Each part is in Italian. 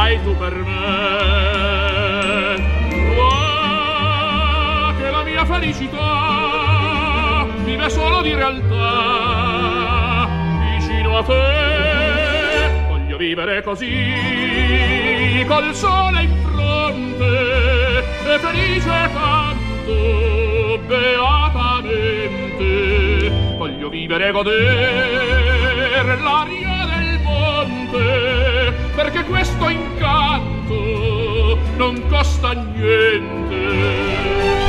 fai tu per me. Guarda che la mia felicità vive solo di realtà vicino a te. Voglio vivere così col sole in fronte e felice canto beatamente. Voglio vivere e godere l'aria del monte, perché questo incanto non costa niente.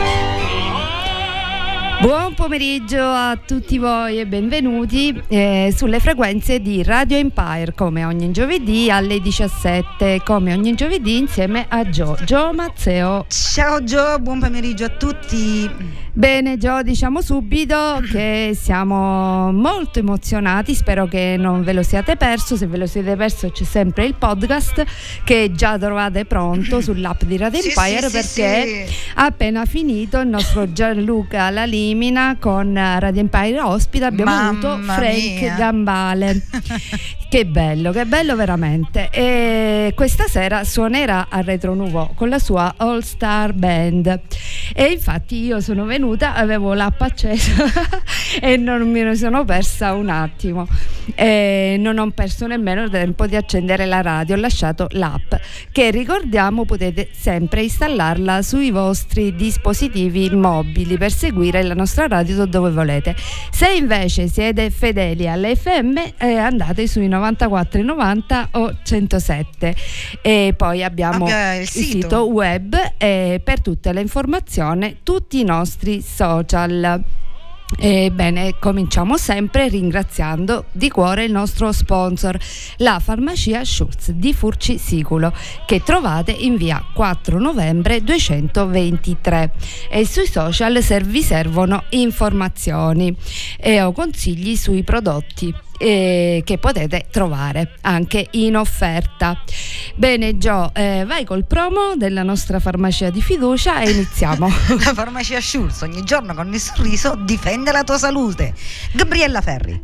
Buon pomeriggio a tutti voi e benvenuti sulle frequenze di Radio Empire, come ogni giovedì alle 17, come ogni giovedì insieme a Gio Mazzeo. Ciao Gio, buon pomeriggio a tutti. Bene Gio, diciamo subito che siamo molto emozionati, spero che non ve lo siate perso. Se ve lo siete perso c'è sempre il podcast che già trovate pronto sull'app di Radio Empire, perché ha appena finito il nostro Gianluca Lalimina con Radio Empire ospite. Abbiamo avuto Frank Gambale. Che bello veramente. E questa sera suonerà a Retro Nouveau con la sua All Star Band. E infatti io sono venuta, avevo l'app accesa e non me ne sono persa un attimo. E non ho perso nemmeno il tempo di accendere la radio, ho lasciato l'app, che ricordiamo potete sempre installarla sui vostri dispositivi mobili per seguire la nostra radio dove volete. Se invece siete fedeli all'FM andate sui 94,90 o 107, e poi abbiamo il sito web per tutte le informazioni, tutti i nostri social. Bene, cominciamo sempre ringraziando di cuore il nostro sponsor, la farmacia Schultz di Furci Siculo, che trovate in via 4 novembre 223, e sui social vi servono informazioni o consigli sui prodotti che potete trovare anche in offerta. Bene Gio, vai col promo della nostra farmacia di fiducia e iniziamo. La farmacia Schultz, ogni giorno con il sorriso difende la tua salute. Gabriella Ferri.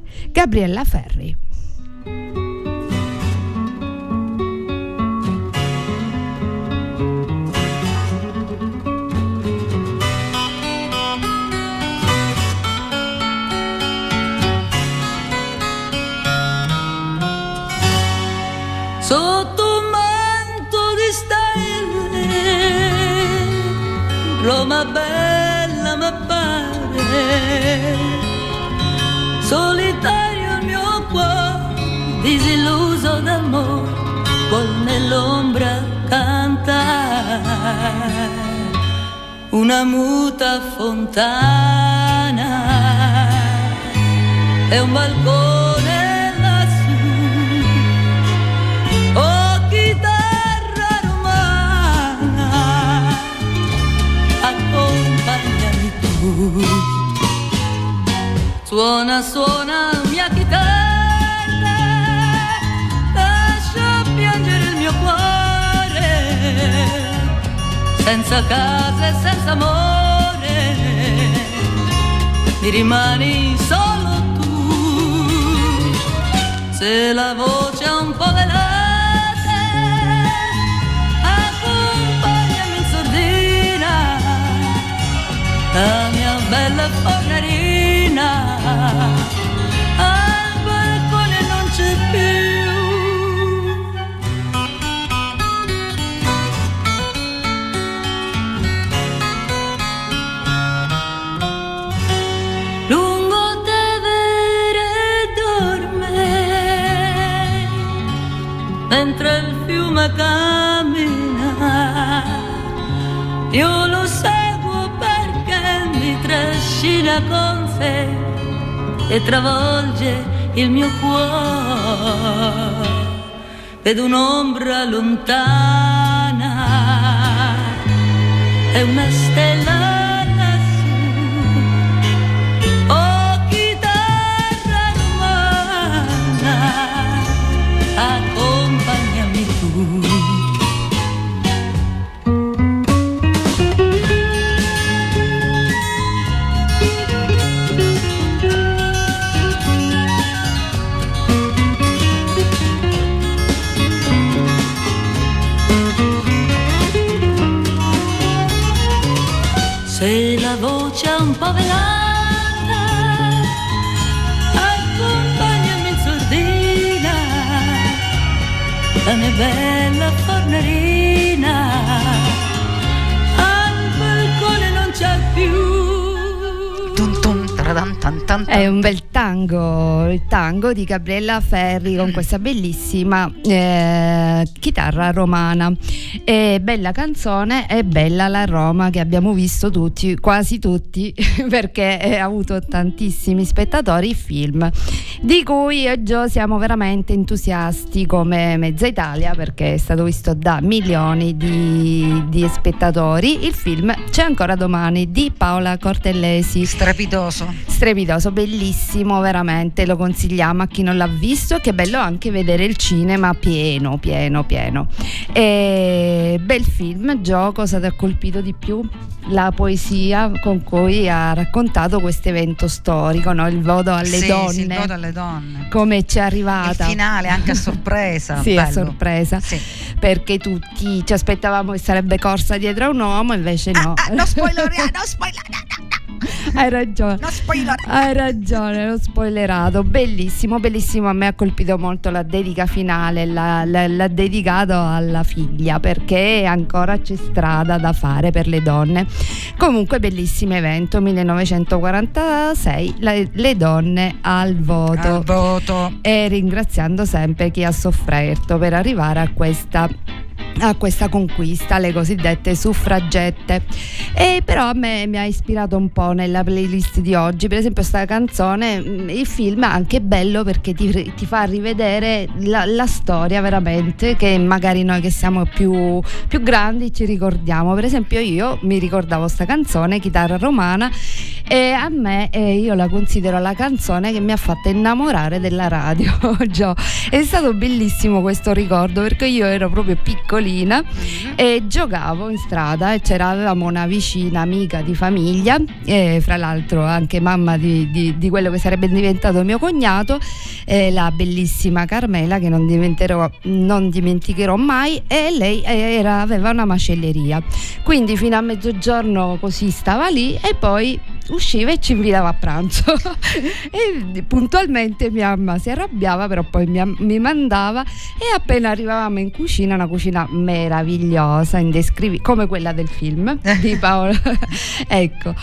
Sotto un manto di stelle, Roma bella m'appare, solitario il mio cuore, disilluso d'amore, vuol nell'ombra cantare una muta fontana e un balcone. Suona mia chitarra, lascia piangere il mio cuore, senza casa e senza amore, mi rimani solo tu. Se la voce è un po' velata, accompagnami in sordina, la mia bella fornarina. Al balcone non c'è più. Lungo Tevere dorme, mentre il fiume cammina, io lo seguo perché mi trascina con sé e travolge il mio cuore. Vedo un'ombra lontana e una stella lassù. Oh, chitarra romana, accompagnami tu. se la voce è un po' velata, accompagnami in sordina, la mia bella fornerina, al balcone non c'è più. È un bel tango, il tango di Gabriella Ferri con questa bellissima chitarra romana. È bella canzone, è bella la Roma che abbiamo visto tutti, quasi tutti, perché ha avuto tantissimi spettatori il film, di cui io e Gio siamo veramente entusiasti come mezza Italia, perché è stato visto da milioni di spettatori. Il film C'è ancora domani di Paola Cortellesi. Strepitoso, bellissimo, veramente lo consigliamo a chi non l'ha visto. Che bello anche vedere il cinema pieno. E bel film. Gio, cosa ti ha colpito di più? La poesia con cui ha raccontato questo evento storico, no? Il voto alle donne. Sì, il voto alle donne. Come ci è arrivata. Il finale anche a sorpresa. Sì, bello. a sorpresa. Sì. Perché tutti ci aspettavamo che sarebbe corsa dietro a un uomo, invece no. Non spoiler. Hai ragione. Non spoiler. Hai ragione, l'ho spoilerato. Bellissimo. A me ha colpito molto la dedica finale, l'ha dedicato alla figlia, perché ancora c'è strada da fare per le donne. Comunque bellissimo evento, 1946, le donne al voto. E ringraziando sempre chi ha sofferto per arrivare a questa conquista, le cosiddette suffragette. E però a me mi ha ispirato un po' nella playlist di oggi, per esempio sta canzone. Il film è anche bello perché ti fa rivedere la storia veramente, che magari noi che siamo più grandi ci ricordiamo. Per esempio io mi ricordavo sta canzone, chitarra romana, e a me io la considero la canzone che mi ha fatto innamorare della radio. Gio, è stato bellissimo questo ricordo, perché io ero proprio piccolina e giocavo in strada e avevamo una vicina amica di famiglia, e fra l'altro anche mamma di quello che sarebbe diventato mio cognato, la bellissima Carmela, che non dimenticherò mai. E lei aveva una macelleria, quindi fino a mezzogiorno così stava lì e poi usciva e ci invitava a pranzo. E puntualmente mia mamma si arrabbiava, però poi mi mandava, e appena arrivavamo in cucina, una cucina meravigliosa, indescrivibile, come quella del film di Paolo ecco,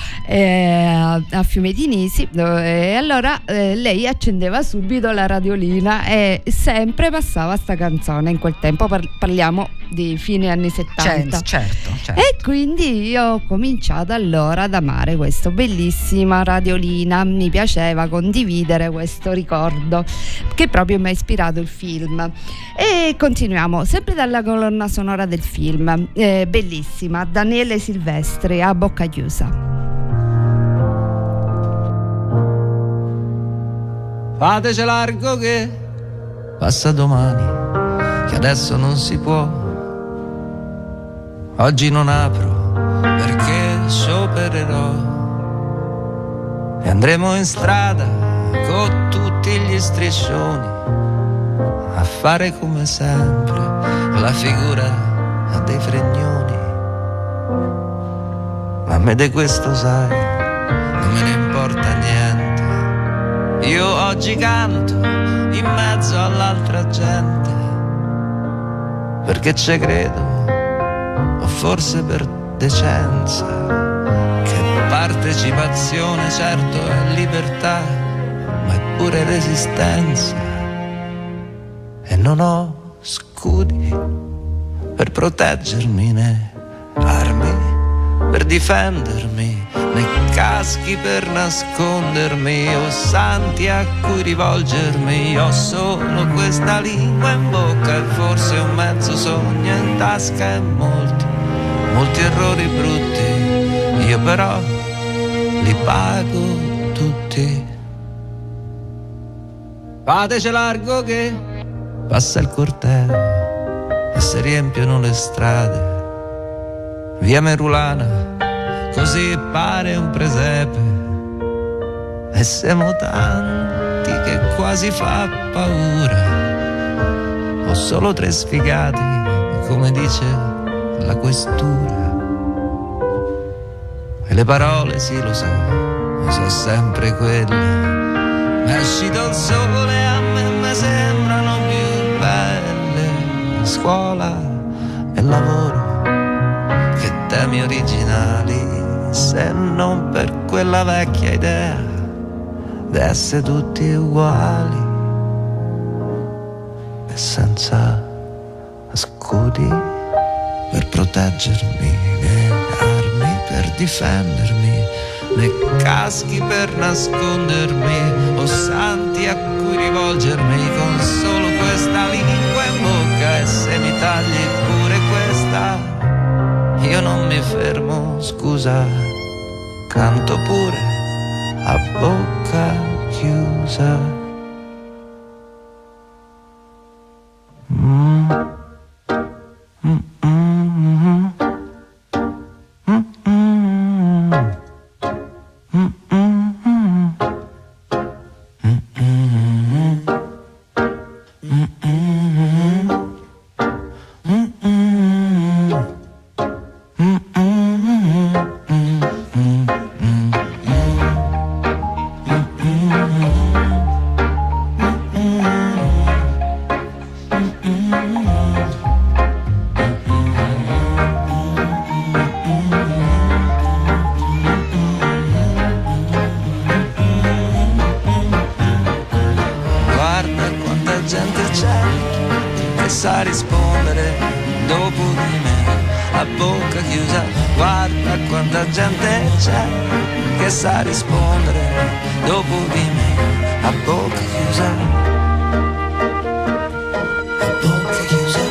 a Fiume di Nisi. E allora lei accendeva subito la radiolina e sempre passava sta canzone. In quel tempo parliamo di fine anni 70. Certo. E quindi io ho cominciato allora ad amare questa bellissima radiolina. Mi piaceva condividere questo ricordo che proprio mi ha ispirato il film. E continuiamo sempre dalla colonna sonora del film, bellissima, Daniele Silvestri, A bocca chiusa. Fateci largo che passa domani, che adesso non si può. Oggi non apro perché sciopererò e andremo in strada con tutti gli striscioni a fare come sempre la figura dei fregnoni. Ma a me di questo sai, non me ne importa niente. Io oggi canto in mezzo all'altra gente perché ci credo, o forse per decenza, che partecipazione certo è libertà, ma è pure resistenza. E non ho scudi per proteggermi, né armi per difendermi, né caschi per nascondermi, o santi a cui rivolgermi. Ho solo questa lingua in bocca e forse un mezzo sogno in tasca e molti errori brutti. Io però li pago tutti. Fateci largo che passa il corteo e si riempiono le strade. Via Merulana così pare un presepe e siamo tanti che quasi fa paura. Ho solo 3 sfigati, come dice la questura, e le parole sì lo so sempre quelle. È uscito il sole, a me mi sembrano più belle scuola e lavoro che temi originali, se non per quella vecchia idea d'essere tutti uguali e senza scudi per proteggermi, né armi per difendermi, né caschi per nascondermi, o santi a cui rivolgermi con solo questa lingua in bocca. E se mi tagli pure questa, io non mi fermo, scusa, canto pure a bocca chiusa. Sa rispondere dopo di me a bocca chiusa. Guarda quanta gente c'è che sa rispondere dopo di me a bocca chiusa. A bocca chiusa.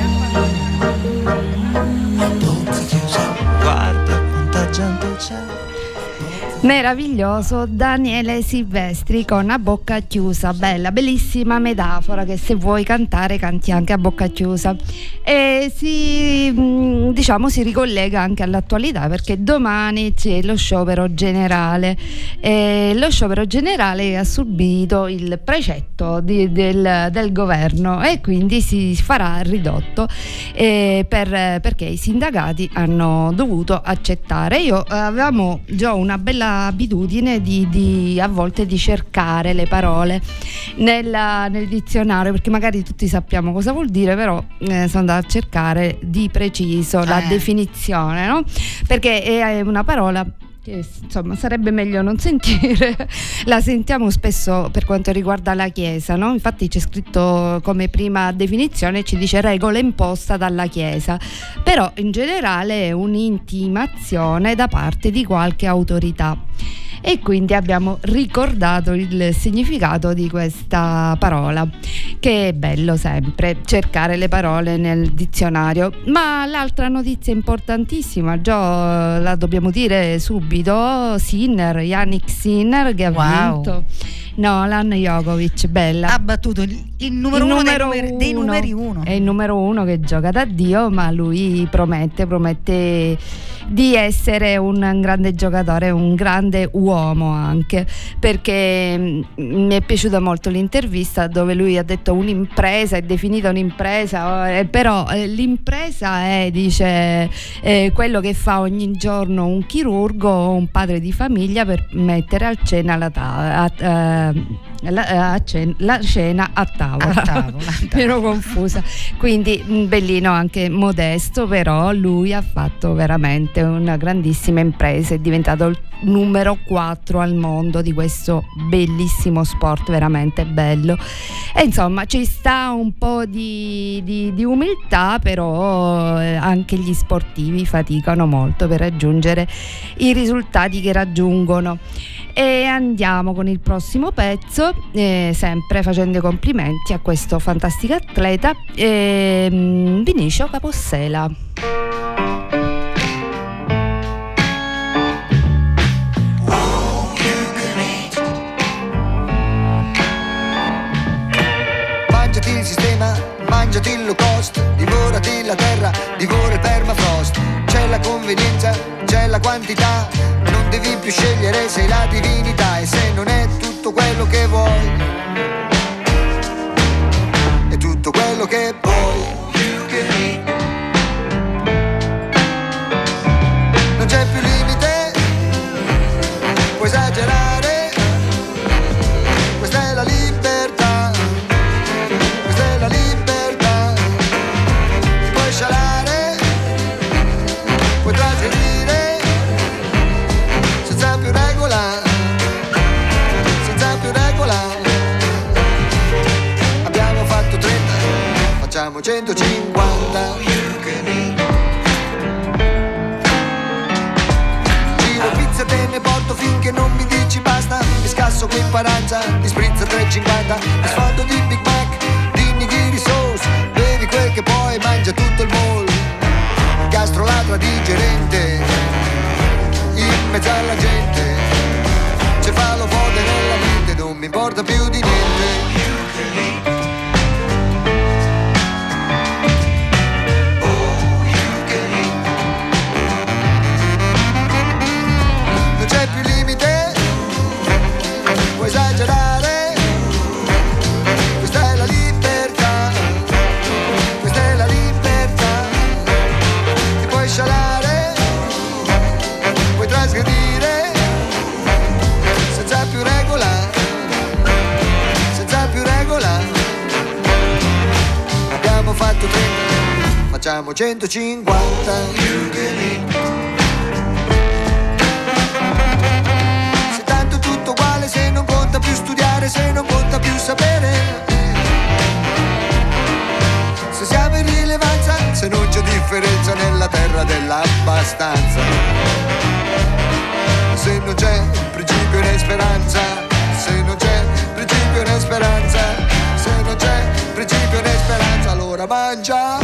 A bocca chiusa. Guarda quanta gente c'è. Meraviglioso Daniele Silvestri con A bocca chiusa, bella, bellissima metafora, che se vuoi cantare canti anche a bocca chiusa. E si ricollega anche all'attualità, perché domani c'è lo sciopero generale, e lo sciopero generale ha subito il precetto del governo e quindi si farà ridotto perché i sindacati hanno dovuto accettare. Avevamo già una bella abitudine di a volte di cercare le parole nel dizionario, perché magari tutti sappiamo cosa vuol dire, però sono andata a cercare di preciso la definizione, no? Perché è una parola che insomma sarebbe meglio non sentire. La sentiamo spesso per quanto riguarda la Chiesa, no? Infatti c'è scritto come prima definizione, ci dice regola imposta dalla Chiesa, però in generale è un'intimazione da parte di qualche autorità. E quindi abbiamo ricordato il significato di questa parola, che è bello sempre cercare le parole nel dizionario. Ma l'altra notizia importantissima, già la dobbiamo dire subito, Yannick Sinner, che ha vinto Nolan Djokovic, bella, ha battuto il numero uno dei numeri uno. È il numero uno che gioca da Dio, ma lui promette di essere un grande giocatore, un grande uomo anche, perché mi è piaciuta molto l'intervista dove lui ha detto un'impresa, è definita un'impresa, però l'impresa è, dice, quello che fa ogni giorno un chirurgo o un padre di famiglia per mettere al cena la cena a tavola. Mi ero confusa. Quindi bellino, anche modesto, però lui ha fatto veramente una grandissima impresa, è diventato il numero 4 al mondo di questo bellissimo sport, veramente bello. E insomma ci sta un po' di umiltà, però anche gli sportivi faticano molto per raggiungere i risultati che raggiungono. E andiamo con il prossimo pezzo, sempre facendo i complimenti a questo fantastico atleta, Vinicio Capossela. Mangiati il sistema, mangiati il low cost, divorati la terra, divora il permafrost. C'è la convenienza, c'è la quantità, non devi più scegliere, sei la divinità. E se non è tutto quello che vuoi, è tutto quello che puoi. Non c'è più limite facciamo 150. Giro pizza te ne porto finché non mi dici basta. Mi scasso qui in paranza, mi sprizza 3,50. Mi sfondo di Big Mac, di nigiri sauce. Bevi quel che puoi, mangia tutto il mall. Gastrolatra digerente, in mezzo alla gente. Cefalofote nella mente, non mi importa più di niente. Non c'è più limite, puoi esagerare. Questa è la libertà, questa è la libertà. Ti puoi scialare, puoi trasgredire, senza più regola, senza più regola. Abbiamo fatto 30, facciamo 150. Se tanto tutto uguale, se non conta più studiare, se non conta più sapere, se siamo in rilevanza, se non c'è differenza nella terra dell'abbastanza, se non c'è principio né speranza, se non c'è principio né speranza, se non c'è principio né speranza, allora mangia.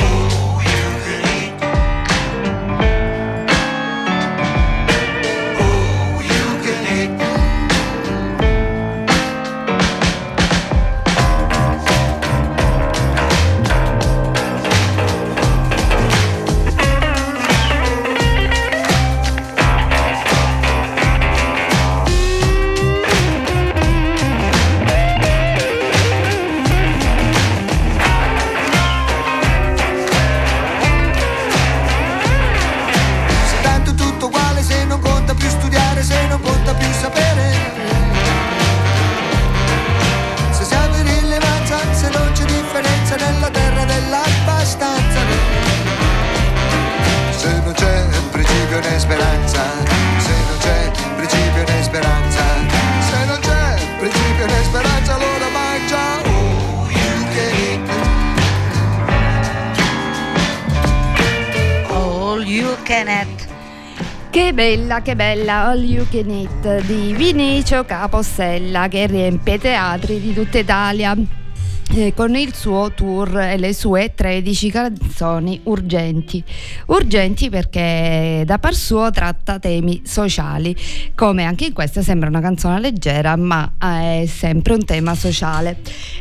Che bella, All You Can Eat di Vinicio Capostella, che riempie teatri di tutta Italia con il suo tour e le sue 13 canzoni urgenti perché da par suo tratta temi sociali, come anche in questa sembra una canzone leggera ma è sempre un tema sociale,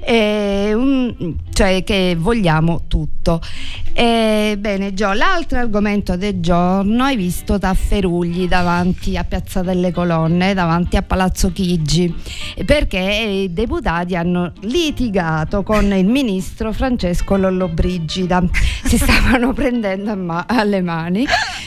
cioè che vogliamo tutto. Bene Gio, l'altro argomento del giorno: hai visto Tafferugli davanti a Piazza delle Colonne, davanti a Palazzo Chigi, perché i deputati hanno litigato con il ministro Francesco Lollobrigida, si stavano prendendo alle mani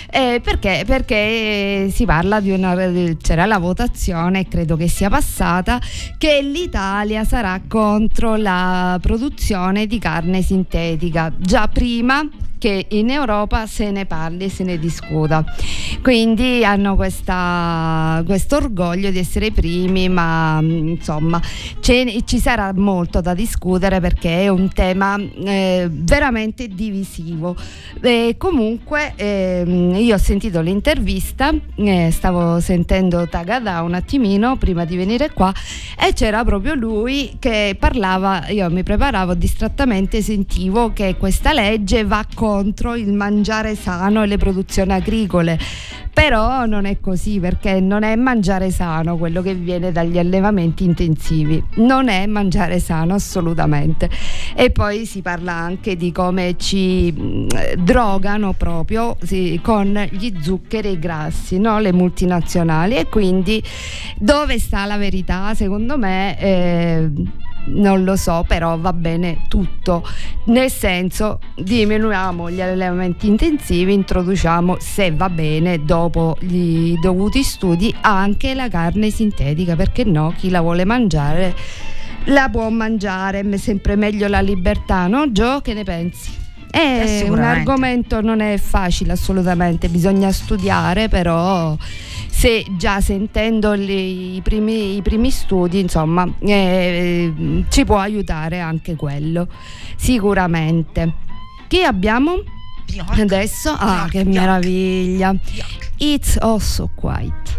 perché si parla c'era la votazione, e credo che sia passata, che l'Italia sarà contro la produzione di carne sintetica già prima che in Europa se ne parli e se ne discuta, quindi hanno questo orgoglio di essere i primi, ma insomma ci sarà molto da discutere perché è un tema veramente divisivo. Comunque io ho sentito l'intervista, stavo sentendo Tagada un attimino prima di venire qua e c'era proprio lui che parlava. Io mi preparavo distrattamente, sentivo che questa legge va contro il mangiare sano e le produzioni agricole, però non è così, perché non è mangiare sano quello che viene dagli allevamenti intensivi, non è mangiare sano assolutamente. E poi si parla anche di come ci drogano proprio con gli zuccheri e i grassi, no? Le multinazionali, e quindi dove sta la verità? Secondo me non lo so, però va bene tutto, nel senso diminuiamo gli allevamenti intensivi, introduciamo, se va bene dopo i dovuti studi, anche la carne sintetica, perché no? Chi la vuole mangiare la può mangiare, è sempre meglio la libertà, no Gio? Che ne pensi? È un argomento, non è facile assolutamente, bisogna studiare, però se già sentendo i primi studi, insomma, ci può aiutare anche quello, sicuramente. Chi abbiamo adesso? Ah, che meraviglia! It's Also Quiet.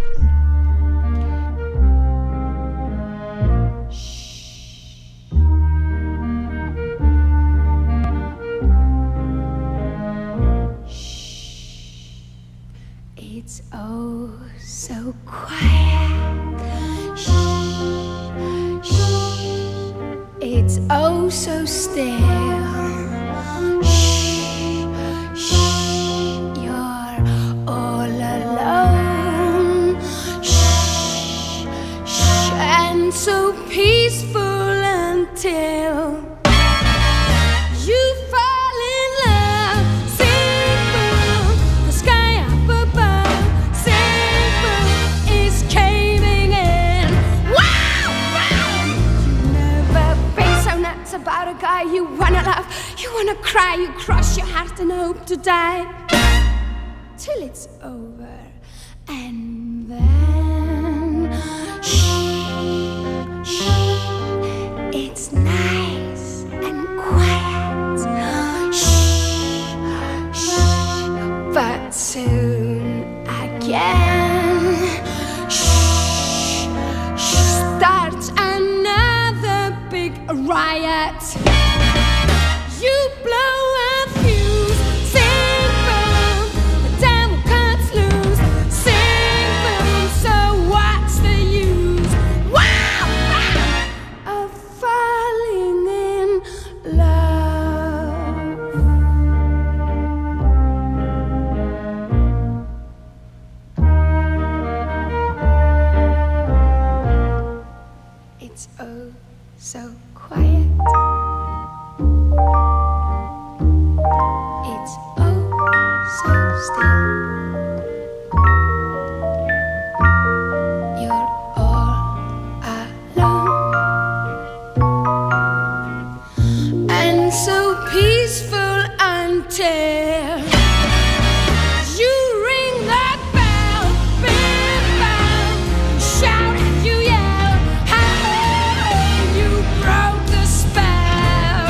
It's oh so quiet. Shh, shh. It's oh so still. Shh, shh. You're all alone. Shh, shh. And so peaceful until you fall in love. Simple, the sky up above. Simple is caving in. Wow, wow. You've never been so nuts about a guy you wanna love. You wanna cry, you cross your heart and hope to die till it's over. And then shh, shh. It's nice and quiet. Shh, shh. But soon again, shh, shh. Starts another big riot. You blow a fuse. Simple, the devil cuts loose. Simple, so what's the use? Wow, wow, of falling in love. It's oh so quiet. It's oh so still. You're all alone and so peaceful until you ring that bell, big bell, shout and you yell, hey, you broke the spell.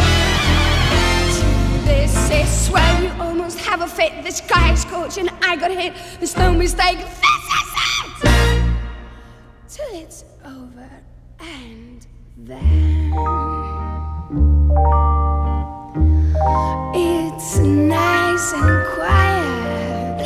This is swell, you almost have a fit. This guy is scorching, I got hit. There's no mistake, this is it. Till it's over and then it's nice and quiet.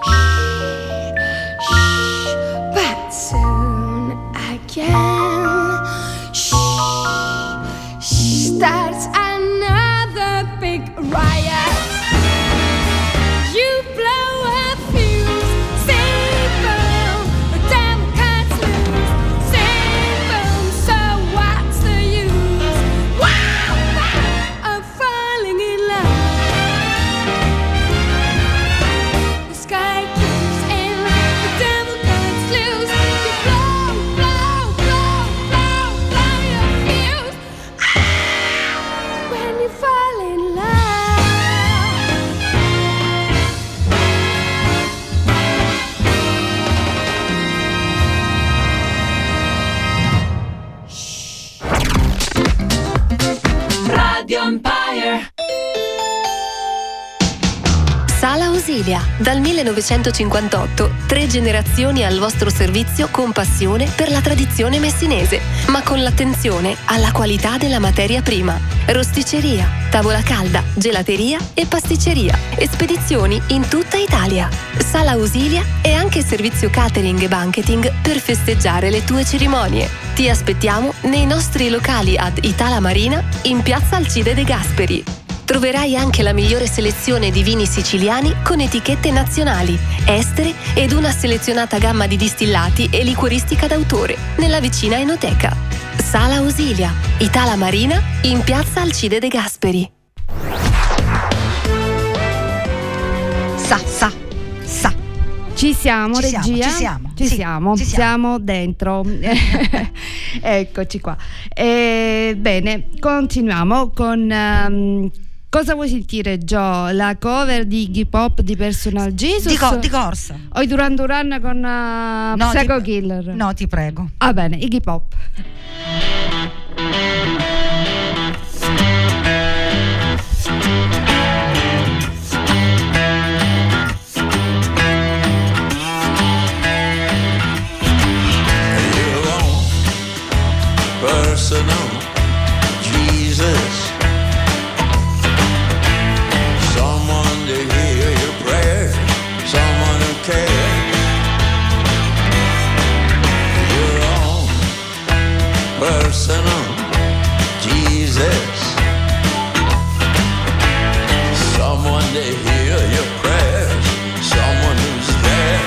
Shh, shh. But soon again, shh, shh. Starts another big riot. You blow a fuse. Simple, the devil cuts loose. Simple, so what's the use? Wow, wow, of falling in love. The sky keeps in, the devil cuts loose. You blow, blow, blow, blow, blow your fuse. Ah, when you fall in love. Radio Empire. Sala Ausilia. Dal 1958, 3 generazioni al vostro servizio con passione per la tradizione messinese, ma con l'attenzione alla qualità della materia prima. Rosticceria, tavola calda, gelateria e pasticceria. E spedizioni in tutta Italia. Sala Ausilia è anche servizio catering e banqueting per festeggiare le tue cerimonie. Ti aspettiamo nei nostri locali ad Itala Marina in piazza Alcide De Gasperi. Troverai anche la migliore selezione di vini siciliani con etichette nazionali, estere ed una selezionata gamma di distillati e liquoristica d'autore nella vicina enoteca. Sala Ausilia, Itala Marina, in piazza Alcide De Gasperi. Sa. Ci siamo, Ci regia? siamo. Ci Sì, siamo, ci siamo. siamo dentro. Eccoci qua. Bene, continuiamo con Cosa vuoi sentire, Gio? La cover di Iggy Pop di Personal Jesus? Di corsa. O i Duran Duran con Psycho Killer? No, ti prego. Ah, bene, Iggy Pop. Personal Jesus, someone to hear your prayer, someone who cares. Your own personal Jesus, someone to hear your prayers, someone who's there.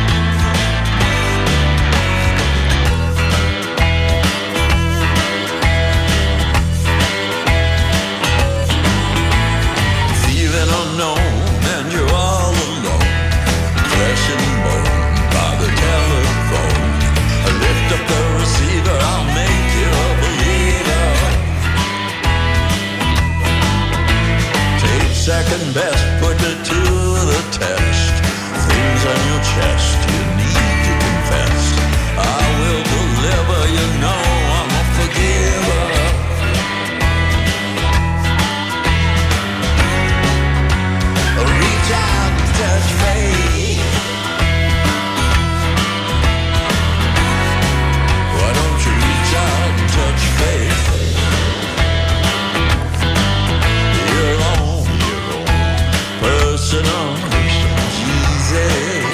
Unknown and you're all alone, flesh and bone by the telephone. I lift up the receiver, I'll make you a believer. Take second best, put it to the test. Things on your chest you need to confess. I will deliver, you know I'm a forgiver. Reach out and touch faith. Why don't you reach out and touch faith? Your own personal Jesus.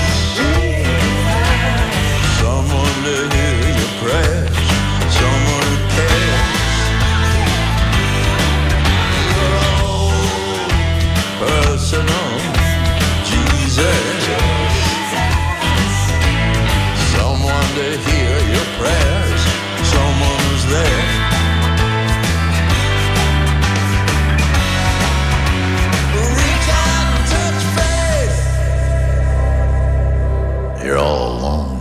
Someone to hear your prayers, someone who cares. Personal Jesus, someone to hear your prayers, someone who's there. Reach out and touch faith. You're all alone.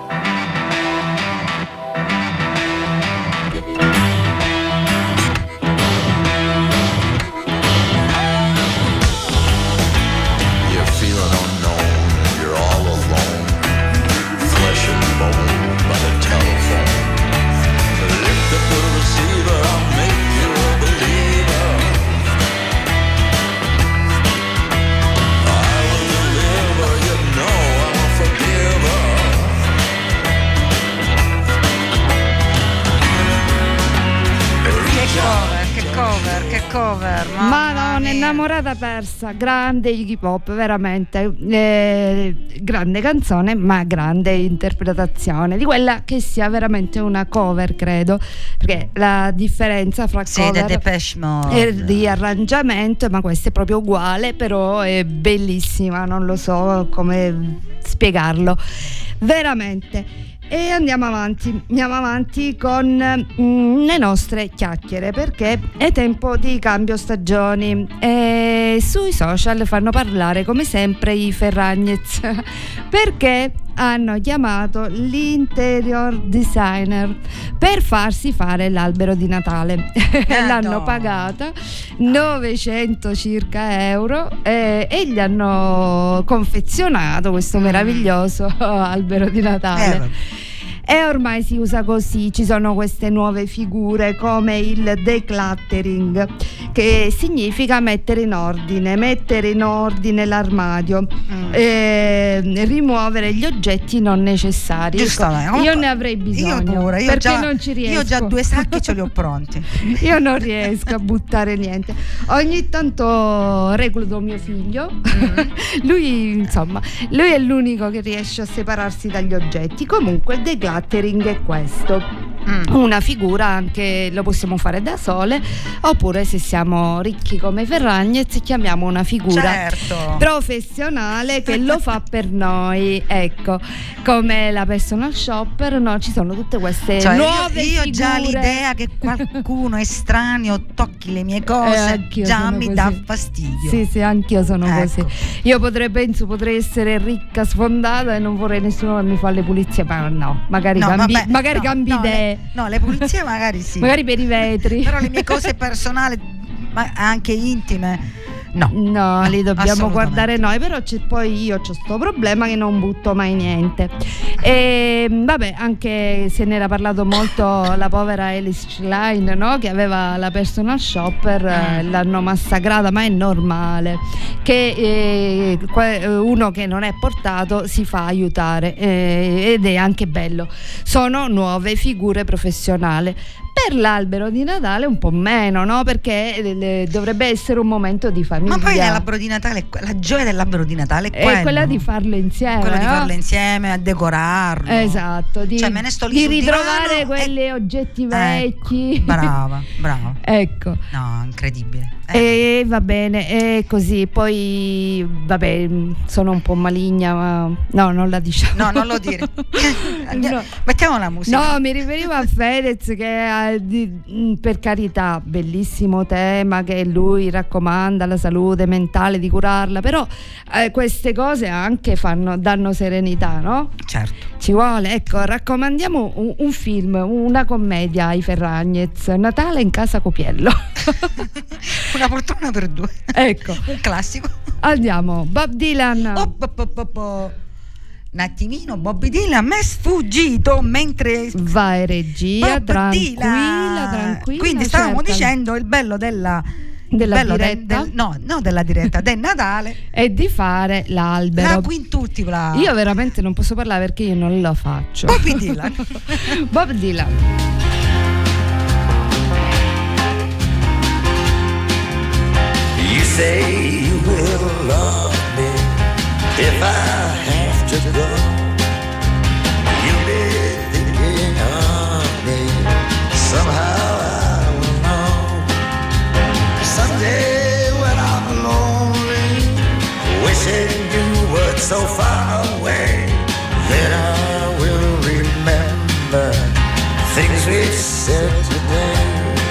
Cover, Madonna, innamorata persa, grande Iggy Pop, veramente grande canzone, ma grande interpretazione di quella che sia veramente una cover, credo, perché la differenza fra cover e di arrangiamento, ma questa è proprio uguale, però è bellissima, non lo so come spiegarlo, veramente. E andiamo avanti con le nostre chiacchiere, perché è tempo di cambio stagioni e sui social fanno parlare come sempre i Ferragnez perché hanno chiamato l'interior designer per farsi fare l'albero di Natale. L'hanno pagata 900 circa euro e gli hanno confezionato questo meraviglioso albero di Natale. E ormai si usa così, ci sono queste nuove figure come il decluttering, che significa mettere in ordine l'armadio, rimuovere gli oggetti non necessari. Giustamente. Io ne avrei bisogno, io pure, perché non ci riesco. Io ho già 2 sacchi, ce li ho pronti. Io non riesco a buttare niente. Ogni tanto recluto mio figlio. Lui è l'unico che riesce a separarsi dagli oggetti. Comunque il decluttering è questo. Una figura anche lo possiamo fare da sole, oppure se siamo ricchi come Ferragnez chiamiamo una figura professionale che lo fa per noi, ecco, come la personal shopper, no? Ci sono tutte queste nuove io figure. Già l'idea che qualcuno estraneo tocchi le mie cose già mi dà fastidio. Sì, anch'io sono così. Io potrei essere ricca, sfondata e non vorrei nessuno che mi fa le pulizie, ma no, magari cambi idee. Le pulizie magari sì. Magari per i vetri. Però le mie cose personali ma anche intime. No, li dobbiamo assolutamente. guardare noi, però poi io ho sto problema che non butto mai niente. E vabbè, anche se ne era parlato molto la povera Alice Schlein, no? Che aveva la personal shopper, l'hanno massacrata, ma è normale che uno che non è portato si fa aiutare, ed è anche bello. Sono nuove figure professionali. Per l'albero di Natale un po' meno, no? Perché dovrebbe essere un momento di famiglia. Ma poi l'albero di Natale, la gioia dell'albero di Natale è quella di farlo insieme. Quello di no? farlo insieme, a decorarlo. Esatto, cioè, me ne sto lì di sul ritrovare divano quegli oggetti vecchi. Brava. Ecco. No, incredibile. E va bene, e così poi vabbè, sono un po' maligna, ma no, non la diciamo. No, non lo dire. No. Mettiamo la musica. No, mi riferivo a Fedez che per carità, bellissimo tema, che lui raccomanda la salute mentale, di curarla, però queste cose anche danno serenità, no? Certo. Ci vuole, ecco, raccomandiamo un film, una commedia ai Ferragnez, Natale in casa Copiello. Una poltrona per due. Ecco. Un classico. Andiamo, Bob Dylan. Un attimino, Bob Dylan mi è sfuggito mentre vai regia, Bob tranquilla. Quindi stavamo dicendo il bello della diretta, della diretta del Natale è di fare l'albero. La quintupla. Io veramente non posso parlare perché io non lo faccio. Bob Dylan. Bob Dylan. You say you will love me if I have to go. You'll be thinking of me. Somehow I will know. Someday when I'm lonely, wishing you were so far away, then I will remember things we've said today.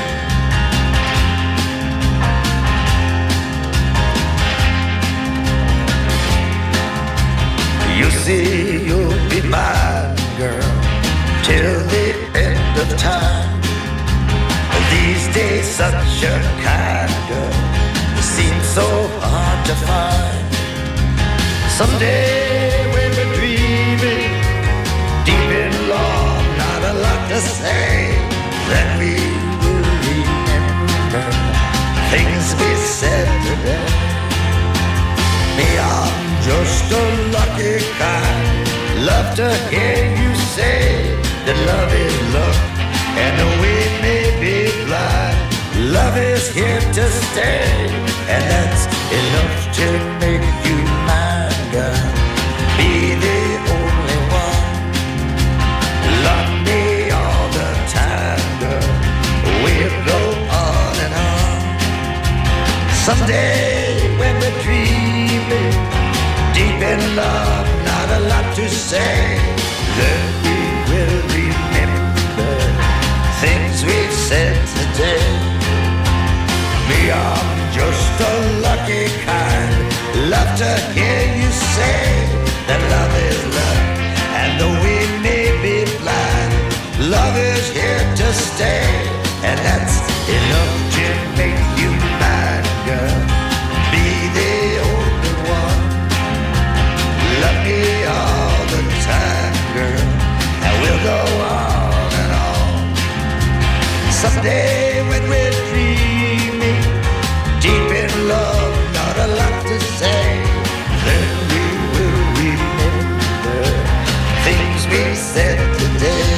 You see, you'll be mine, girl, till the end of time. These days, such a kind girl seems so hard to find. Someday, when we're dreaming, deep in love, not a lot to say, then we will remember things we said today. Me, I'm just a lucky kind. Love to hear you say that love is love, and though we may be blind, love is here to stay, and that's enough to make you mine, girl. Be the only one. Love me all the time, girl. We'll go on and on. Someday when we're dreaming, deep in love, not a lot to say, then we will remember things we've said today. Me, I'm just a lucky kind. Love to hear you say that love is love, and though we may be blind, love is here to stay, and that's enough to make you mine, girl. Be the only one. Love me all the time, girl, and we'll go on and on. Someday when we're dreaming, deep in love, not a lot to say, then we will remember things we said today.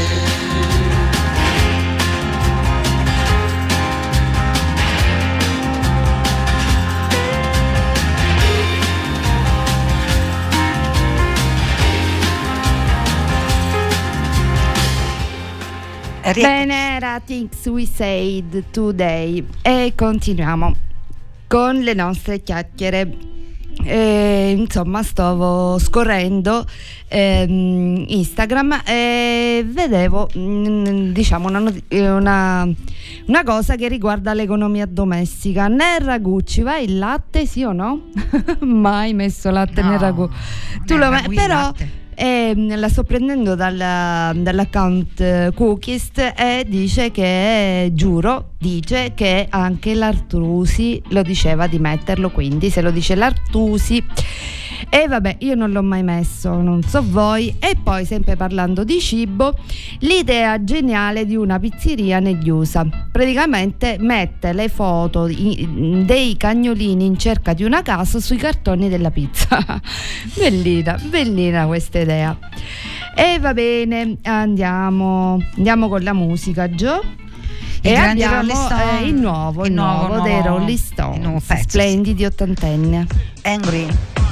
Bene, era Things We Said Today e continuiamo con le nostre chiacchiere. Insomma, stavo scorrendo Instagram e vedevo diciamo una cosa che riguarda l'economia domestica. Nel ragù ci va il latte, sì o no? Mai messo latte nel ragù. Tu lo però e la sto prendendo dall'account Cookies e dice che dice che anche l'Artusi lo diceva di metterlo, quindi se lo dice l'Artusi. E vabbè, io non l'ho mai messo, non so voi. E poi, sempre parlando di cibo, l'idea geniale di una pizzeria negli USA. Praticamente mette le foto dei cagnolini in cerca di una casa sui cartoni della pizza. Bellina questa idea. E va bene, andiamo con la musica, Gio. E abbiamo il nuovo dei Rolling Stones, splendidi ottantenni. Angry.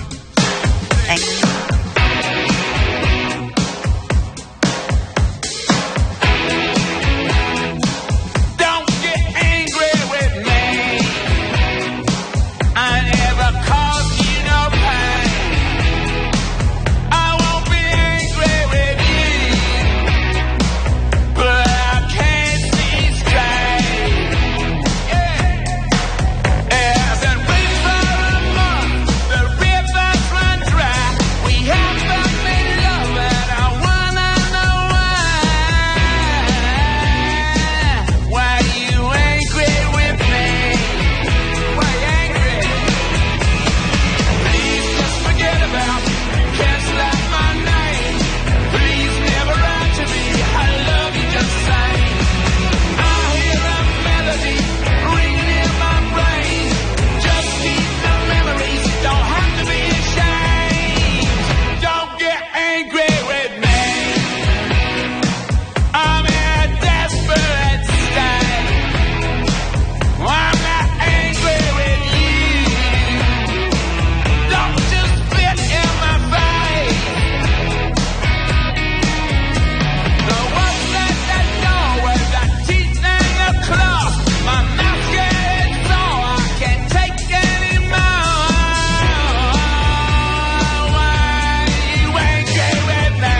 Don't get angry with me. I never caused you no pain. I won't be angry with you, but I can't see straight. As it rains for a month, the rivers run dry. We have found made love, and I wanna know why. Why you angry with me? Why you angry? Please just forget about me. Cancel out my name. Please never write to me. I love you just the same. I hear a melody ringing in my brain. Just keep the memories. Don't have to be ashamed. Don't get angry with me. I'm in a desperate state. I'm not angry with you. Don't just spit in my face. The ones at that door with the teeth and the claws. My mouth's getting sore. I can't take anymore. Why you angry with me?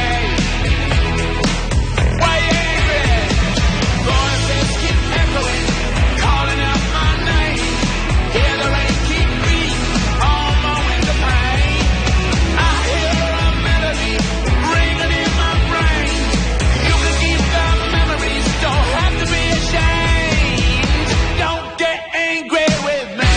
Why you angry? Voices keep echoing, calling out my name. Hear the rain keep beating on my window pane. I hear a melody ringing in my brain. You can keep the memories, don't have to be ashamed. Don't get angry with me.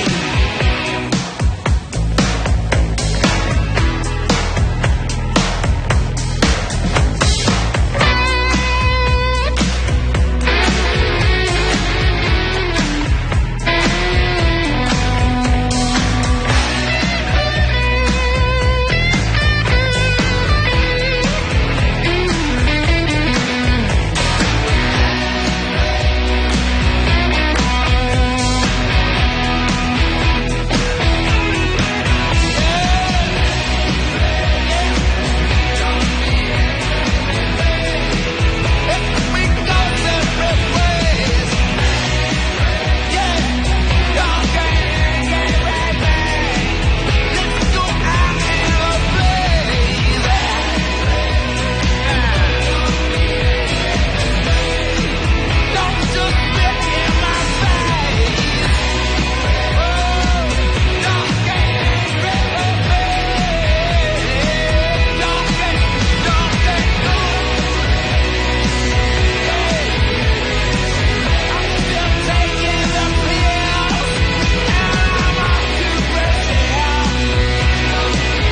We go separate ways. Yeah, don't get angry with me. Let's go out in a blaze. Don't just spit in my face. Oh, don't get angry with me. Don't get. I'm still taking the pills, and I'm off to Brazil.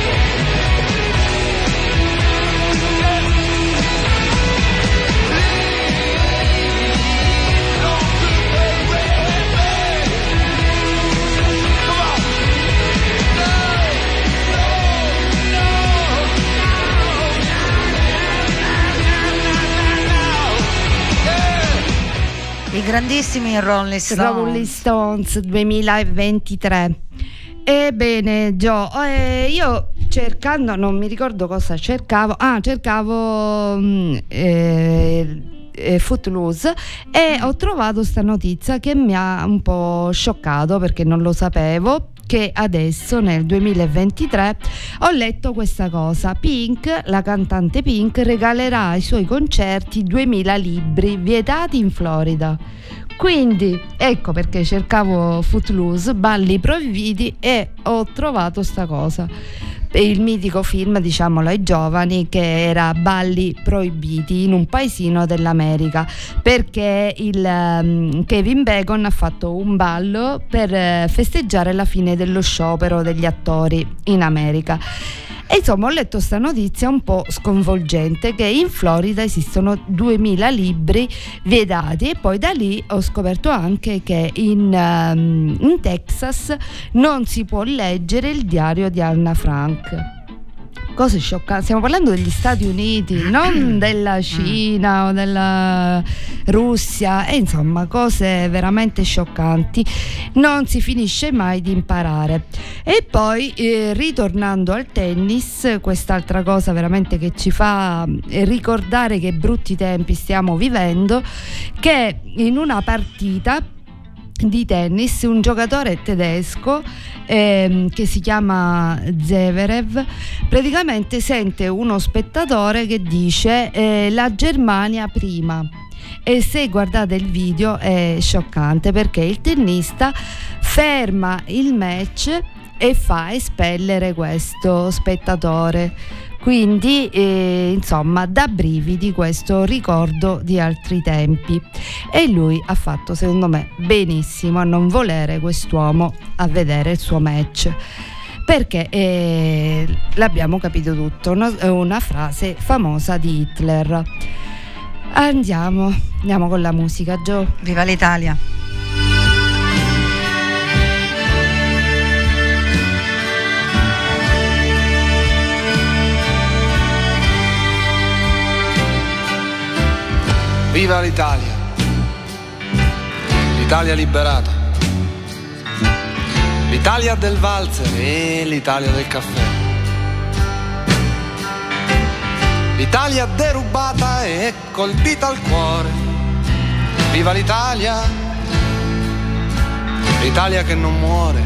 Don't get angry with me. Come on. I grandissimi Rolling Rolling Stones. Stones 2023. Ebbene, Gio, io cercando, non mi ricordo cosa cercavo. Cercavo Footloose e ho trovato sta notizia che mi ha un po' scioccato perché non lo sapevo, che adesso nel 2023 ho letto questa cosa: Pink, la cantante Pink, regalerà ai suoi concerti 2000 libri vietati in Florida. Quindi ecco perché cercavo Footloose, balli proibiti, e ho trovato sta cosa. il mitico film, diciamolo ai giovani, che era Balli proibiti in un paesino dell'America, perché il Kevin Bacon ha fatto un ballo per festeggiare la fine dello sciopero degli attori in America. E insomma ho letto sta notizia un po' sconvolgente, che in Florida esistono 2000 libri vietati, e poi da lì ho scoperto anche che in Texas non si può leggere il diario di Anna Frank. Cose scioccanti, stiamo parlando degli Stati Uniti, non della Cina o della Russia, e insomma cose veramente scioccanti. Non si finisce mai di imparare. E poi ritornando al tennis, quest'altra cosa veramente che ci fa ricordare che brutti tempi stiamo vivendo, che in una partita di tennis un giocatore tedesco che si chiama Zverev praticamente sente uno spettatore che dice la Germania prima, e se guardate il video è scioccante, perché il tennista ferma il match e fa espellere questo spettatore. Quindi insomma dà brividi questo ricordo di altri tempi, e lui ha fatto secondo me benissimo a non volere quest'uomo a vedere il suo match, perché l'abbiamo capito tutto, una frase famosa di Hitler. Andiamo con la musica, Gio. Viva l'Italia. Viva l'Italia, l'Italia liberata, l'Italia del valzer e l'Italia del caffè, l'Italia derubata e colpita al cuore. Viva l'Italia, l'Italia che non muore.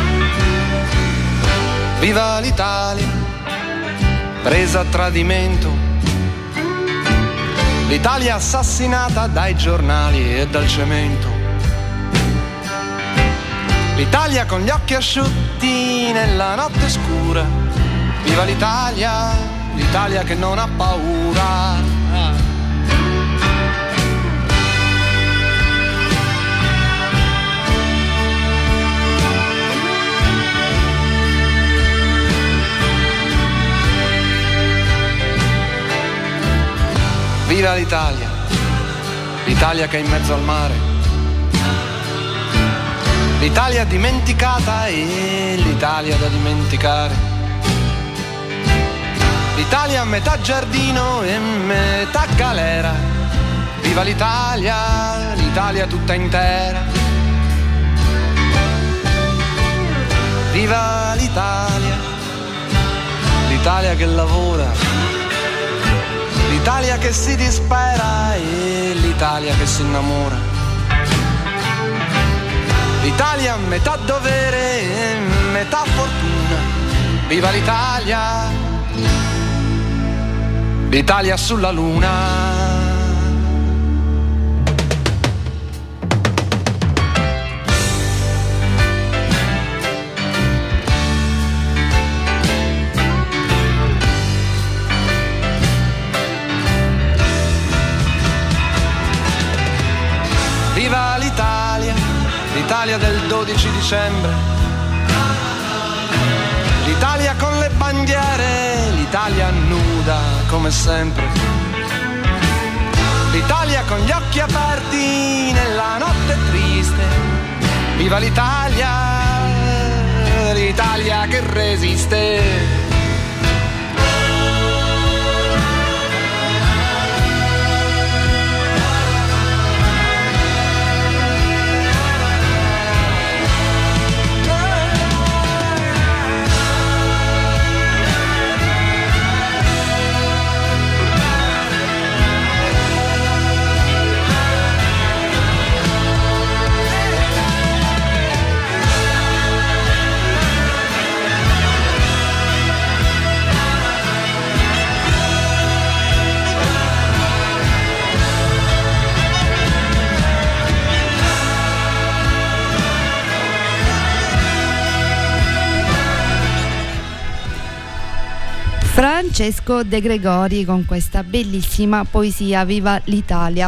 Viva l'Italia, presa a tradimento, l'Italia assassinata dai giornali e dal cemento, l'Italia con gli occhi asciutti nella notte scura. Viva l'Italia, l'Italia che non ha paura. Viva l'Italia, l'Italia che è in mezzo al mare, l'Italia dimenticata e l'Italia da dimenticare, l'Italia a metà giardino e metà galera. Viva l'Italia, l'Italia tutta intera. Viva l'Italia, l'Italia che lavora, l'Italia che si dispera e l'Italia che si innamora, l'Italia metà dovere e metà fortuna. Viva l'Italia, l'Italia sulla luna. Viva l'Italia, l'Italia del 12 dicembre, l'Italia con le bandiere, l'Italia nuda come sempre, l'Italia con gli occhi aperti nella notte triste. Viva l'Italia, l'Italia che resiste. Francesco De Gregori con questa bellissima poesia Viva l'Italia.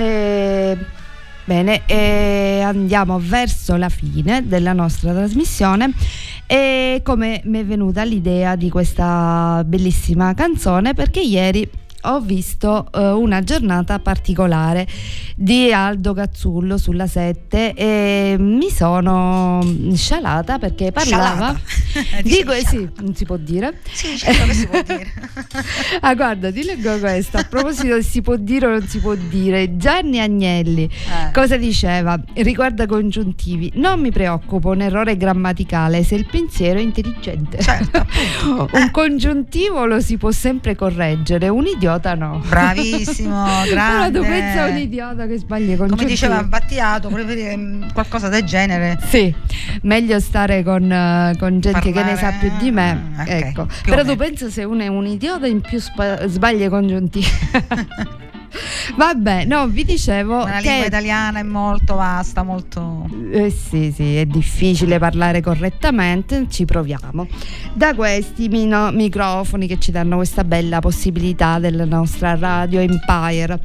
Bene, andiamo verso la fine della nostra trasmissione. E come mi è venuta l'idea di questa bellissima canzone? Perché ieri ho visto una giornata particolare di Aldo Cazzullo sulla 7 e mi sono scialata perché parlava dico sì, non si può dire. Sì, certo che si può dire. Ah, guarda, ti leggo questo a proposito di si può dire o non si può dire. Gianni Agnelli cosa diceva riguardo ai congiuntivi? Non mi preoccupo, un errore grammaticale se il pensiero è intelligente. Certo. Un congiuntivo lo si può sempre correggere, un idiota no. Bravissimo, grande. Però tu pensa a un idiota che sbaglia i congiuntivi. Come diceva Battiato, preferire qualcosa del genere. Sì, meglio stare con gente che ne sa più di me. Okay, ecco. Però tu pensa se uno è un idiota in più sbaglia i congiuntivi. Vabbè, no, vi dicevo la che lingua italiana è molto vasta, molto sì, è difficile parlare correttamente, ci proviamo. Da questi microfoni che ci danno questa bella possibilità della nostra Radio Empire.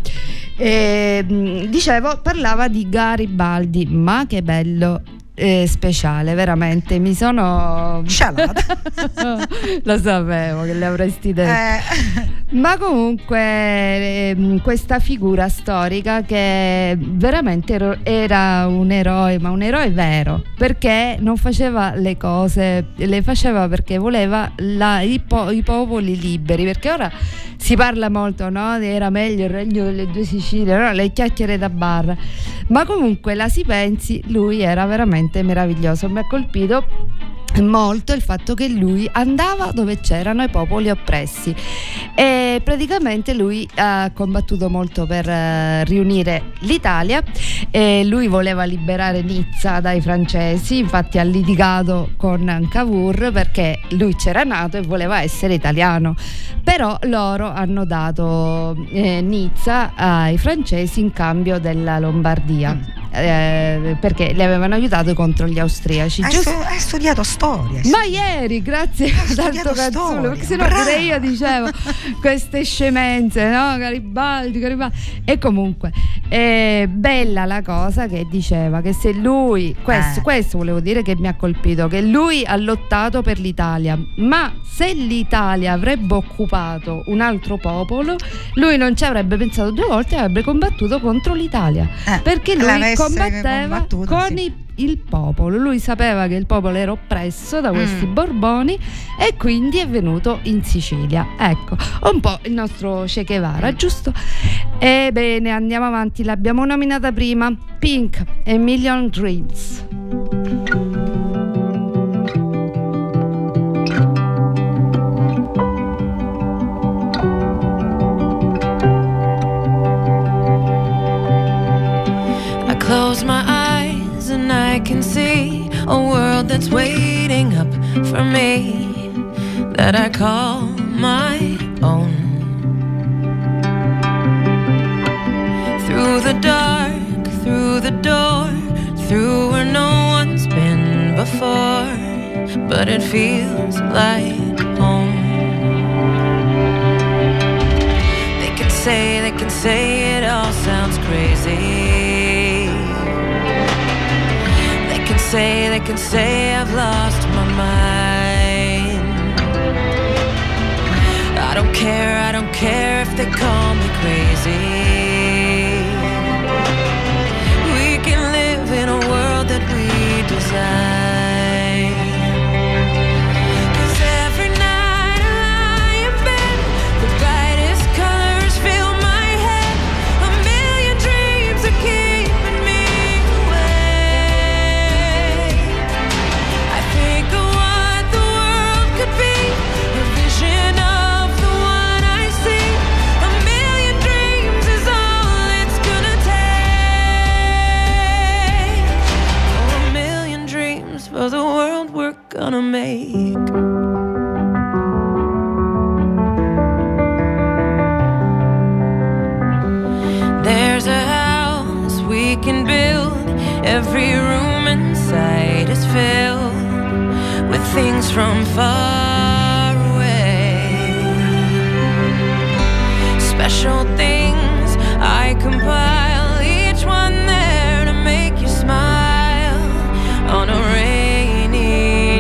Dicevo, parlava di Garibaldi, ma che bello speciale, veramente mi sono scialata. Lo sapevo che le avresti detto. Ma comunque questa figura storica che veramente era un eroe, ma un eroe vero, perché non faceva le cose, le faceva perché voleva i popoli liberi, perché ora si parla molto, no? Era meglio il regno delle due Sicilie, no? Le chiacchiere da bar, ma comunque la si pensi, lui era veramente meraviglioso. Mi ha colpito molto il fatto che lui andava dove c'erano i popoli oppressi e praticamente lui ha combattuto molto per riunire l'Italia e lui voleva liberare Nizza dai francesi, infatti ha litigato con Cavour perché lui c'era nato e voleva essere italiano, però loro hanno dato Nizza ai francesi in cambio della Lombardia. Perché li avevano aiutato contro gli austriaci. Hai studiato storia. Ma ieri, grazie a tanto Cazzullo, perché sennò pure io dicevo queste scemenze, no? Garibaldi. E comunque bella la cosa che diceva che se lui questo volevo dire che mi ha colpito, che lui ha lottato per l'Italia, ma se l'Italia avrebbe occupato un altro popolo, lui non ci avrebbe pensato due volte e avrebbe combattuto contro l'Italia, perché lui combatteva con il popolo, lui sapeva che il popolo era oppresso da questi Borboni e quindi è venuto in Sicilia, ecco, un po' il nostro Che Guevara, giusto? Ebbene, andiamo avanti, l'abbiamo nominata prima, Pink, A Million Dreams. Close my eyes and I can see a world that's waiting up for me, that I call my own. Through the dark, through the door, through where no one's been before, but it feels like home. They can say it all sounds crazy. They can say I've lost my mind. I don't care if they call me crazy. We can live in a world that we design. 'Cause every night I lie in bed, the brightest colors fill my head. A million dreams are keeping me for the world we're gonna make. There's a house we can build, every room inside is filled with things from far away. special things I compile, each one there to make you smile on a rainy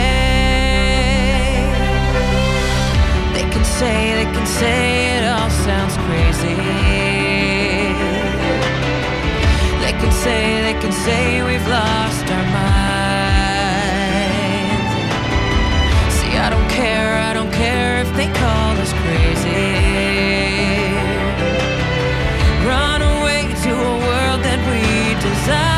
day. They can say it all sounds crazy. They can say we've lost our minds. See, I don't care if they call us crazy. Run away to a world that we desire.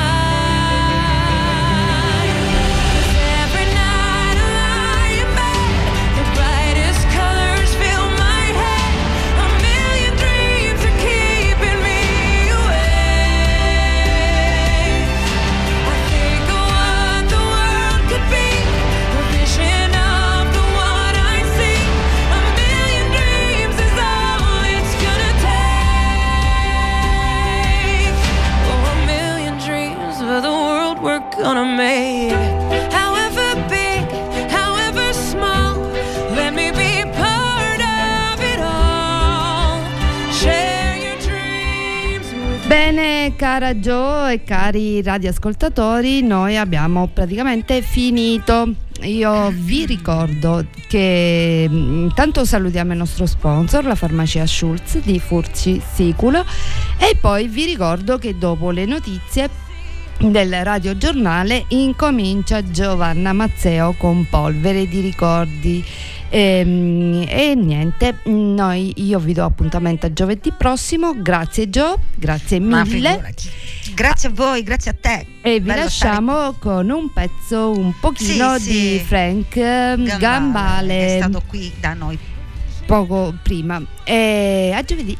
Gonna make however big, however small, let me be part of it all. Share your dreams with Bene, cara Jo e cari radioascoltatori, noi abbiamo praticamente finito. Io vi ricordo che intanto salutiamo il nostro sponsor, la farmacia Schulz di Furci Siculo, e poi vi ricordo che dopo le notizie del radiogiornale incomincia Giovanna Mazzeo con Polvere di ricordi. E niente, io vi do appuntamento a giovedì prossimo. Grazie Gio, grazie mille. Grazie a voi, grazie a te. E vi lasciamo con un pezzo un pochino di Frank Gambale, che è stato qui da noi poco prima. E a giovedì.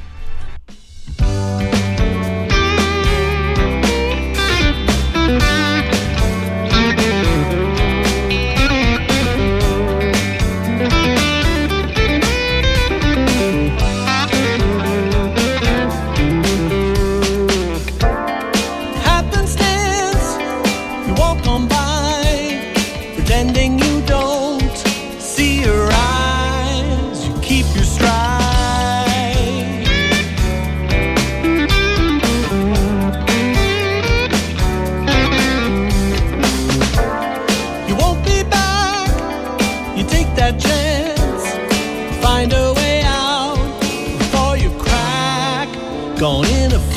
Pretending you don't see her eyes, you keep your stride. You won't be back, you take that chance, find a way out before you crack, gone in a